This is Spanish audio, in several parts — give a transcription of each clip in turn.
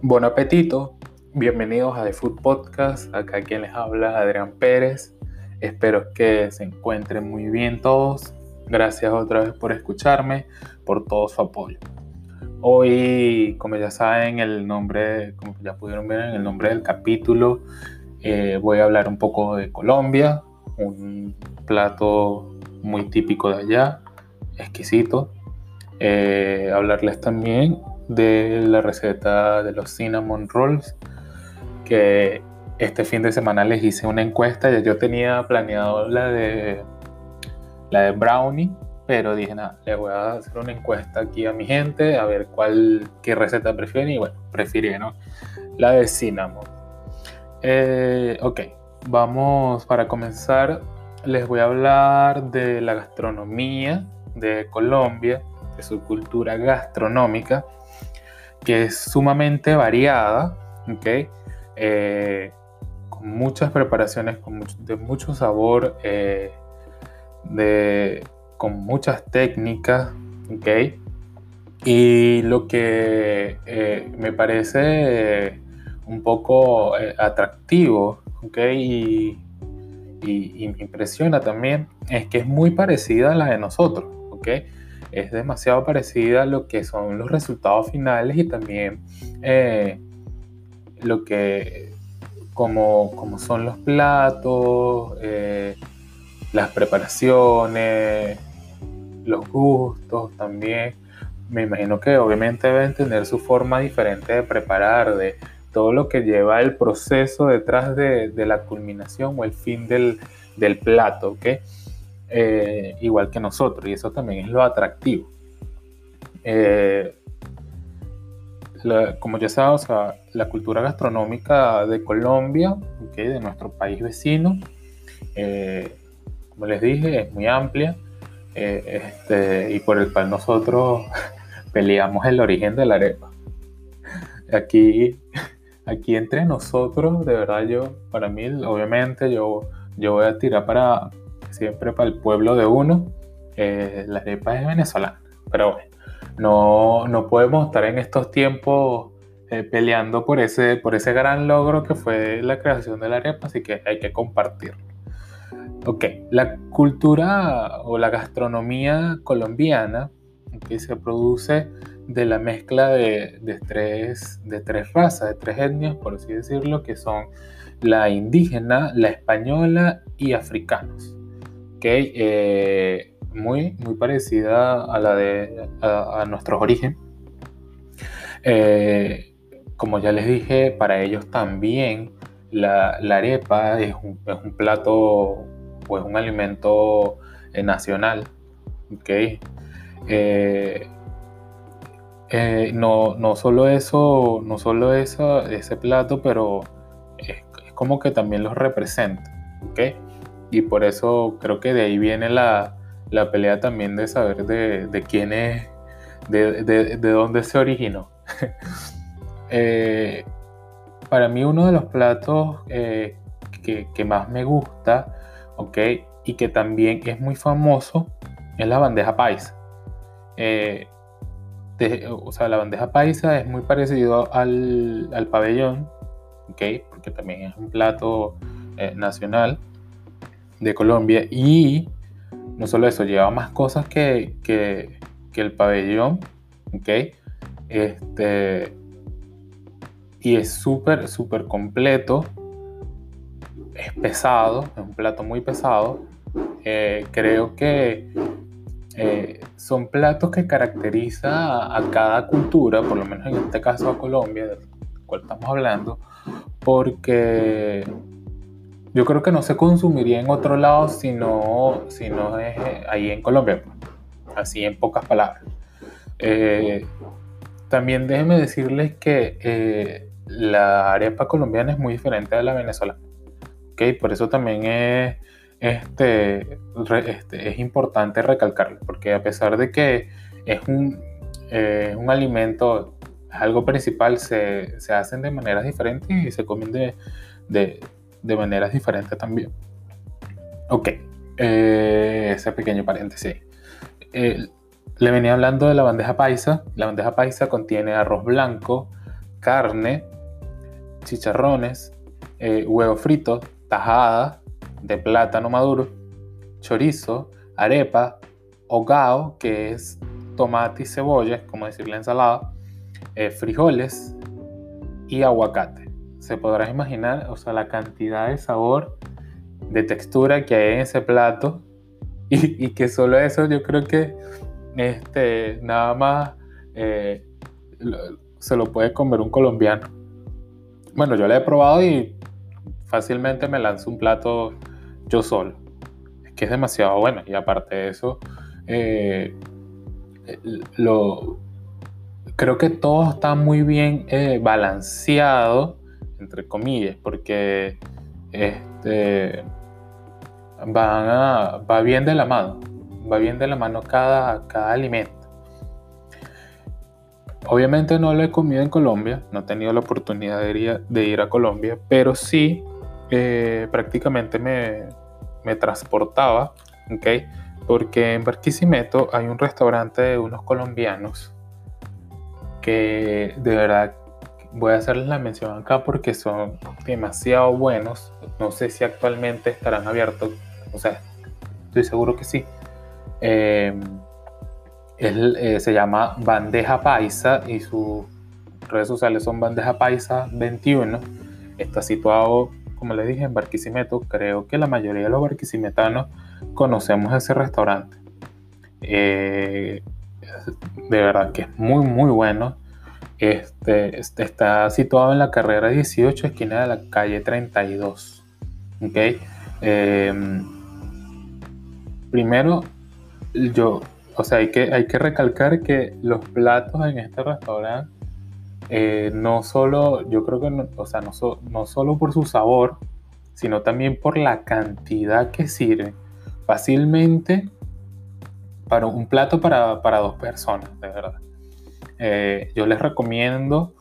Buen apetito, bienvenidos a The Food Podcast, acá quien les habla Adrián Pérez, espero que se encuentren muy bien todos, gracias otra vez por escucharme, por todo su apoyo. Hoy, como ya saben, como ya pudieron ver en el nombre del capítulo, voy a hablar un poco de Colombia, un plato muy típico de allá, exquisito. Hablarles también de la receta de los cinnamon rolls, que este fin de semana les hice una encuesta. Ya yo tenía planeado la de brownie, pero dije, nada, le voy a hacer una encuesta aquí a mi gente a ver qué receta prefieren, y bueno, prefirieron la de cinnamon. Ok, vamos, para comenzar les voy a hablar de la gastronomía de Colombia, de su cultura gastronómica, que es sumamente variada, ¿ok? Con muchas preparaciones, de mucho sabor, con muchas técnicas, ¿ok? Y lo que me parece un poco atractivo, ¿ok? Y me impresiona también es que es muy parecida a la de nosotros, ¿ok? Es demasiado parecida a lo que son los resultados finales y también lo que como son los platos, las preparaciones, los gustos también. Me imagino que obviamente deben tener su forma diferente de preparar, de todo lo que lleva el proceso detrás de la culminación o el fin del plato, ¿ok? Igual que nosotros, y eso también es lo atractivo. Como ya sabes, o sea, la cultura gastronómica de Colombia, ¿okay? De nuestro país vecino, como les dije, es muy amplia, y por el cual nosotros peleamos el origen de la arepa. Aquí, aquí entre nosotros, de verdad, para mí, obviamente, yo voy a tirar siempre para el pueblo de uno. La arepa es venezolana, pero bueno, no podemos estar en estos tiempos peleando por ese gran logro que fue la creación de la arepa, así que hay que compartirlo. Ok, la cultura o la gastronomía colombiana, que se produce de la mezcla de tres razas, de tres etnias, por así decirlo, que son la indígena, la española y africanos. Okay, muy parecida a nuestros orígenes. Como ya les dije, para ellos también la arepa es un plato o es un alimento nacional. Okay. Eh, no solo eso, ese plato, pero es como que también los representa, ¿ok? Y por eso creo que de ahí viene la pelea también de saber de quién es, de dónde se originó. Para mí uno de los platos que más me gusta, ¿ok? Y que también es muy famoso, es la bandeja paisa. O sea, la bandeja paisa es muy parecido al pabellón, ¿okay? Porque también es un plato nacional de Colombia, y no solo eso, lleva más cosas que el pabellón, ¿okay? Y es súper completo, es pesado, es un plato muy pesado. Creo que son platos que caracteriza a cada cultura, por lo menos en este caso a Colombia, del cual estamos hablando, porque yo creo que no se consumiría en otro lado si no es ahí en Colombia, así en pocas palabras. También déjenme decirles que la arepa colombiana es muy diferente a la venezolana, ¿okay? Por eso también es importante recalcarlo, porque a pesar de que es un alimento, es algo principal, se hacen de maneras diferentes y se comen de maneras diferentes también. Ok, ese pequeño paréntesis. Le venía hablando de la bandeja paisa. La bandeja paisa contiene arroz blanco, carne, chicharrones, huevo frito, tajada de plátano maduro, chorizo, arepa, hogao, que es tomate y cebolla, es como decir la ensalada, frijoles y aguacate. Se podrá imaginar, o sea, la cantidad de sabor, de textura que hay en ese plato y que solo eso yo creo que nada más se lo puede comer un colombiano. Bueno, yo lo he probado y fácilmente me lanzo un plato yo solo. Es que es demasiado bueno y aparte de eso, creo que todo está muy bien balanceado, entre comillas, porque va bien de la mano cada alimento. Obviamente no lo he comido en Colombia, no he tenido la oportunidad de ir a Colombia, pero sí prácticamente me transportaba, ¿okay? Porque en Barquisimeto hay un restaurante de unos colombianos que de verdad voy a hacerles la mención acá porque son demasiado buenos. No sé si actualmente estarán abiertos, o sea, estoy seguro que sí. Se llama Bandeja Paisa y sus redes sociales son Bandeja Paisa 21. Está situado, como les dije, en Barquisimeto. Creo que la mayoría de los barquisimetanos conocemos ese restaurante. De verdad que es muy muy bueno. Está situado en la carrera 18, esquina de la calle 32. ¿Okay? Primero, hay que recalcar que los platos en este restaurante no solo, yo creo que no solo por su sabor, sino también por la cantidad que sirve. Fácilmente para un plato para 2 personas, de verdad. Yo les recomiendo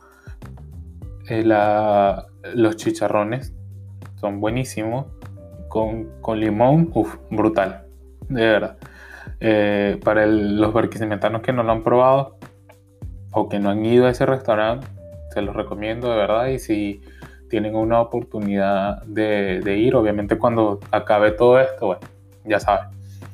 los chicharrones, son buenísimos, con limón, brutal, de verdad. Para los barquisimetanos que no lo han probado o que no han ido a ese restaurante, se los recomiendo de verdad. Y si tienen una oportunidad de ir, obviamente cuando acabe todo esto, bueno, ya saben.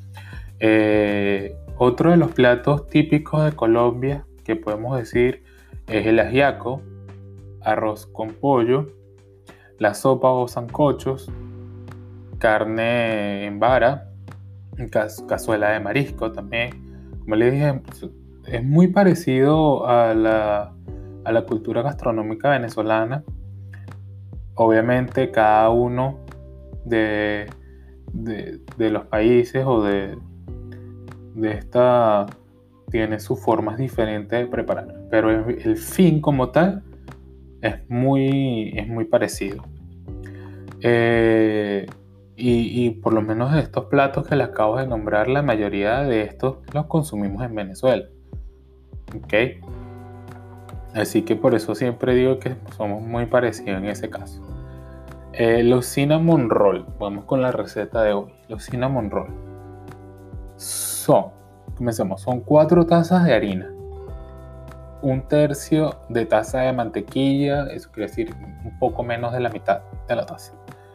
Otro de los platos típicos de Colombia que podemos decir es el ajiaco, arroz con pollo, la sopa o sancochos, carne en vara, cazuela de marisco también. Como les dije, es muy parecido a la cultura gastronómica venezolana. Obviamente cada uno de los países o de esta tiene sus formas diferentes de preparar, pero el fin como tal es muy parecido. Y por lo menos de estos platos que les acabo de nombrar, la mayoría de estos los consumimos en Venezuela. ¿Ok? Así que por eso siempre digo que somos muy parecidos en ese caso. Los cinnamon roll. Vamos con la receta de hoy. Los cinnamon roll comencemos. Son 4 tazas de harina, 1/3 de taza de mantequilla, eso quiere decir un poco menos de la mitad de la taza.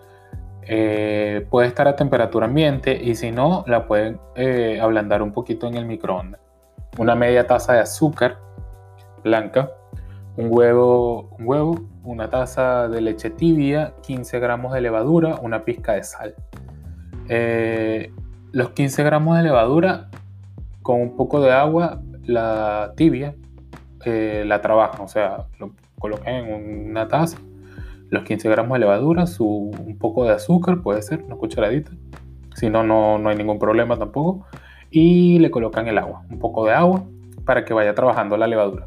Puede estar a temperatura ambiente y si no, la pueden ablandar un poquito en el microondas. Una media taza de azúcar blanca, un huevo, una taza de leche tibia, 15 gramos de levadura, una pizca de sal. Los 15 gramos de levadura con un poco de agua, la tibia, la trabajan, o sea, lo colocan en una taza, los 15 gramos de levadura, un poco de azúcar, puede ser, una cucharadita, si no, no hay ningún problema tampoco, y le colocan el agua, un poco de agua para que vaya trabajando la levadura.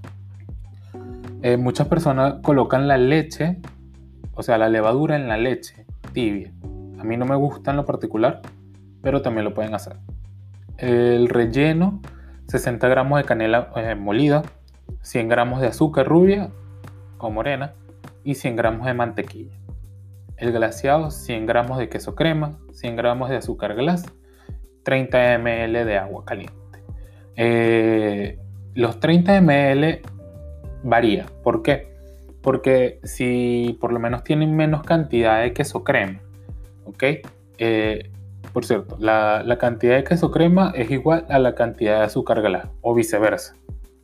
Muchas personas colocan la leche, o sea, la levadura en la leche tibia. A mí no me gusta en lo particular, pero también lo pueden hacer. El relleno, 60 gramos de canela molida, 100 gramos de azúcar rubia o morena y 100 gramos de mantequilla. El glaseado, 100 gramos de queso crema, 100 gramos de azúcar glass, 30 ml de agua caliente. Los 30 ml varía. ¿Por qué? porque si por lo menos tienen menos cantidad de queso crema, ¿ok? Por cierto, la cantidad de queso crema es igual a la cantidad de azúcar glass o viceversa.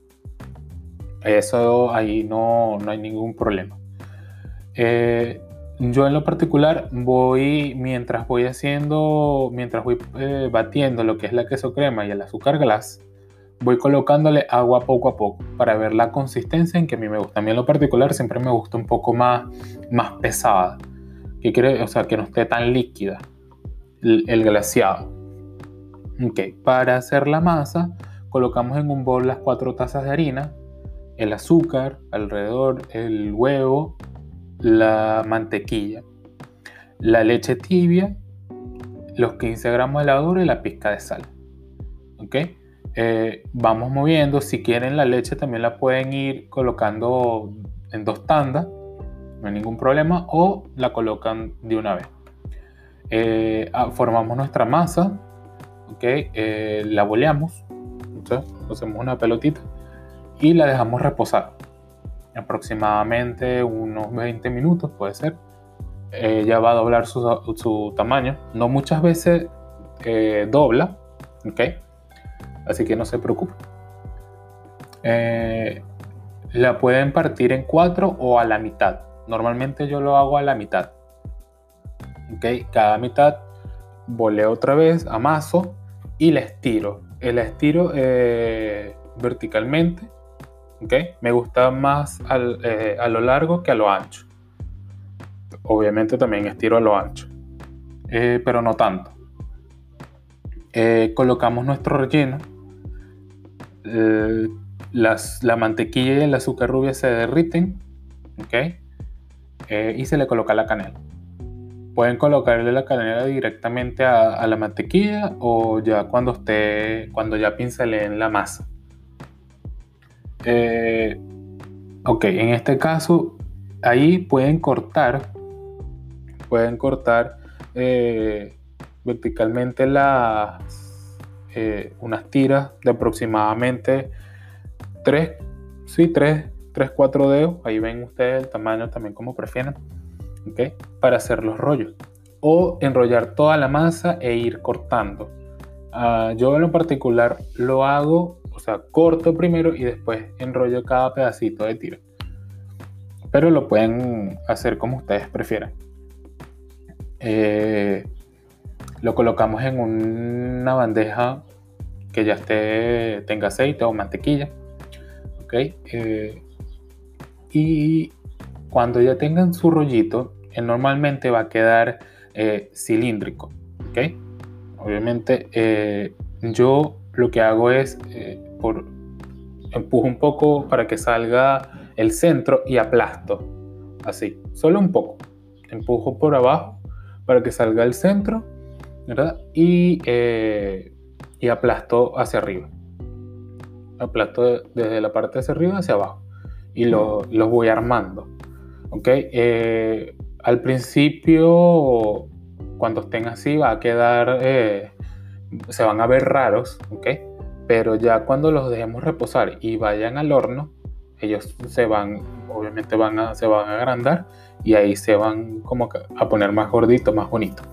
Eso ahí no hay ningún problema. Yo en lo particular mientras voy batiendo lo que es la queso crema y el azúcar glass, voy colocándole agua poco a poco para ver la consistencia en que a mí me gusta. A mí en lo particular siempre me gusta un poco más pesada, o sea, que no esté tan líquida el glaseado. Okay. Para hacer la masa, colocamos en un bol las 4 tazas de harina, el azúcar, alrededor, el huevo, la mantequilla, la leche tibia, los 15 gramos de levadura y la pizca de sal. ¿Ok? Vamos moviendo. Si quieren la leche también la pueden ir colocando en 2 tandas, no hay ningún problema, o la colocan de una vez. Formamos nuestra masa, ¿ok? La boleamos, ¿sí? Hacemos una pelotita y la dejamos reposar aproximadamente unos 20 minutos, puede ser. Ya va a doblar su tamaño. No muchas veces dobla, ¿ok? Así que no se preocupen. La pueden partir en 4 o a la mitad. Normalmente yo lo hago a la mitad. ¿Ok? Cada mitad boleo otra vez, amaso y la estiro. La estiro verticalmente. ¿Ok? Me gusta más a lo largo que a lo ancho. Obviamente también estiro a lo ancho, pero no tanto. Colocamos nuestro relleno. La mantequilla y el azúcar rubia se derriten, ¿ok? Y se le coloca la canela. Pueden colocarle la canela directamente a la mantequilla o ya cuando ya pinceleen la masa. Ok, en este caso ahí pueden cortar verticalmente unas tiras de aproximadamente 4 dedos. Ahí ven ustedes el tamaño también como prefieran, ¿okay? Para hacer los rollos o enrollar toda la masa e ir cortando. Yo en lo particular lo hago, o sea, corto primero y después enrollo cada pedacito de tira, pero lo pueden hacer como ustedes prefieran. Lo colocamos en una bandeja que ya tenga aceite o mantequilla, ¿ok? Y cuando ya tengan su rollito, normalmente va a quedar cilíndrico, ¿ok? Obviamente yo lo que hago es empujo un poco para que salga el centro y aplasto, así, solo un poco, empujo por abajo para que salga el centro, ¿verdad? Y aplasto hacia arriba. Aplasto desde la parte hacia arriba hacia abajo. Y los voy armando. ¿Ok? Al principio, cuando estén así, va a quedar... se van a ver raros, ¿ok? Pero ya cuando los dejemos reposar y vayan al horno, ellos obviamente se van a agrandar y ahí se van como a poner más gordito, más bonito.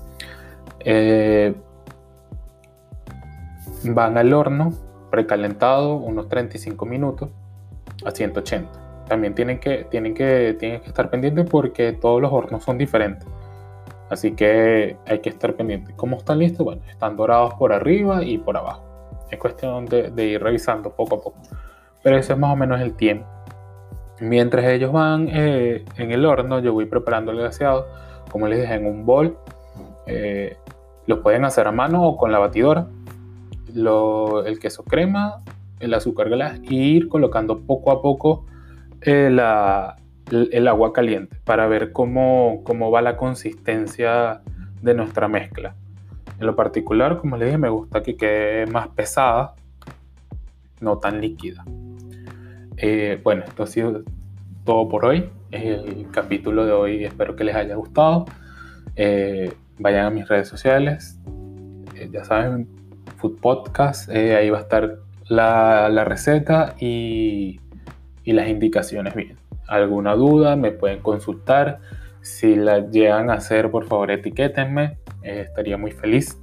Van al horno precalentado unos 35 minutos a 180. También tienen que estar pendientes porque todos los hornos son diferentes. Así que hay que estar pendientes. ¿Cómo están listos? Bueno, están dorados por arriba y por abajo. Es cuestión de ir revisando poco a poco. Pero ese es más o menos el tiempo. Mientras ellos van en el horno, yo voy preparando el glaseado. Como les dije, en un bol. Lo pueden hacer a mano o con la batidora. El queso crema, el azúcar glass y ir colocando poco a poco el agua caliente para ver cómo va la consistencia de nuestra mezcla. En lo particular, como les dije, me gusta que quede más pesada, no tan líquida. Bueno, esto ha sido todo por hoy. El capítulo de hoy espero que les haya gustado. Vayan a mis redes sociales, ya saben, Food Podcast, ahí va a estar la receta y las indicaciones bien. alguna duda me pueden consultar. Si la llegan a hacer, por favor etiquétenme, estaría muy feliz.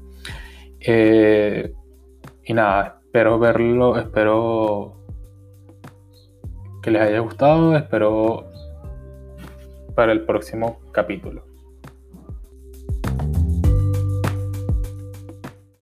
Y nada, espero que les haya gustado, espero para el próximo capítulo.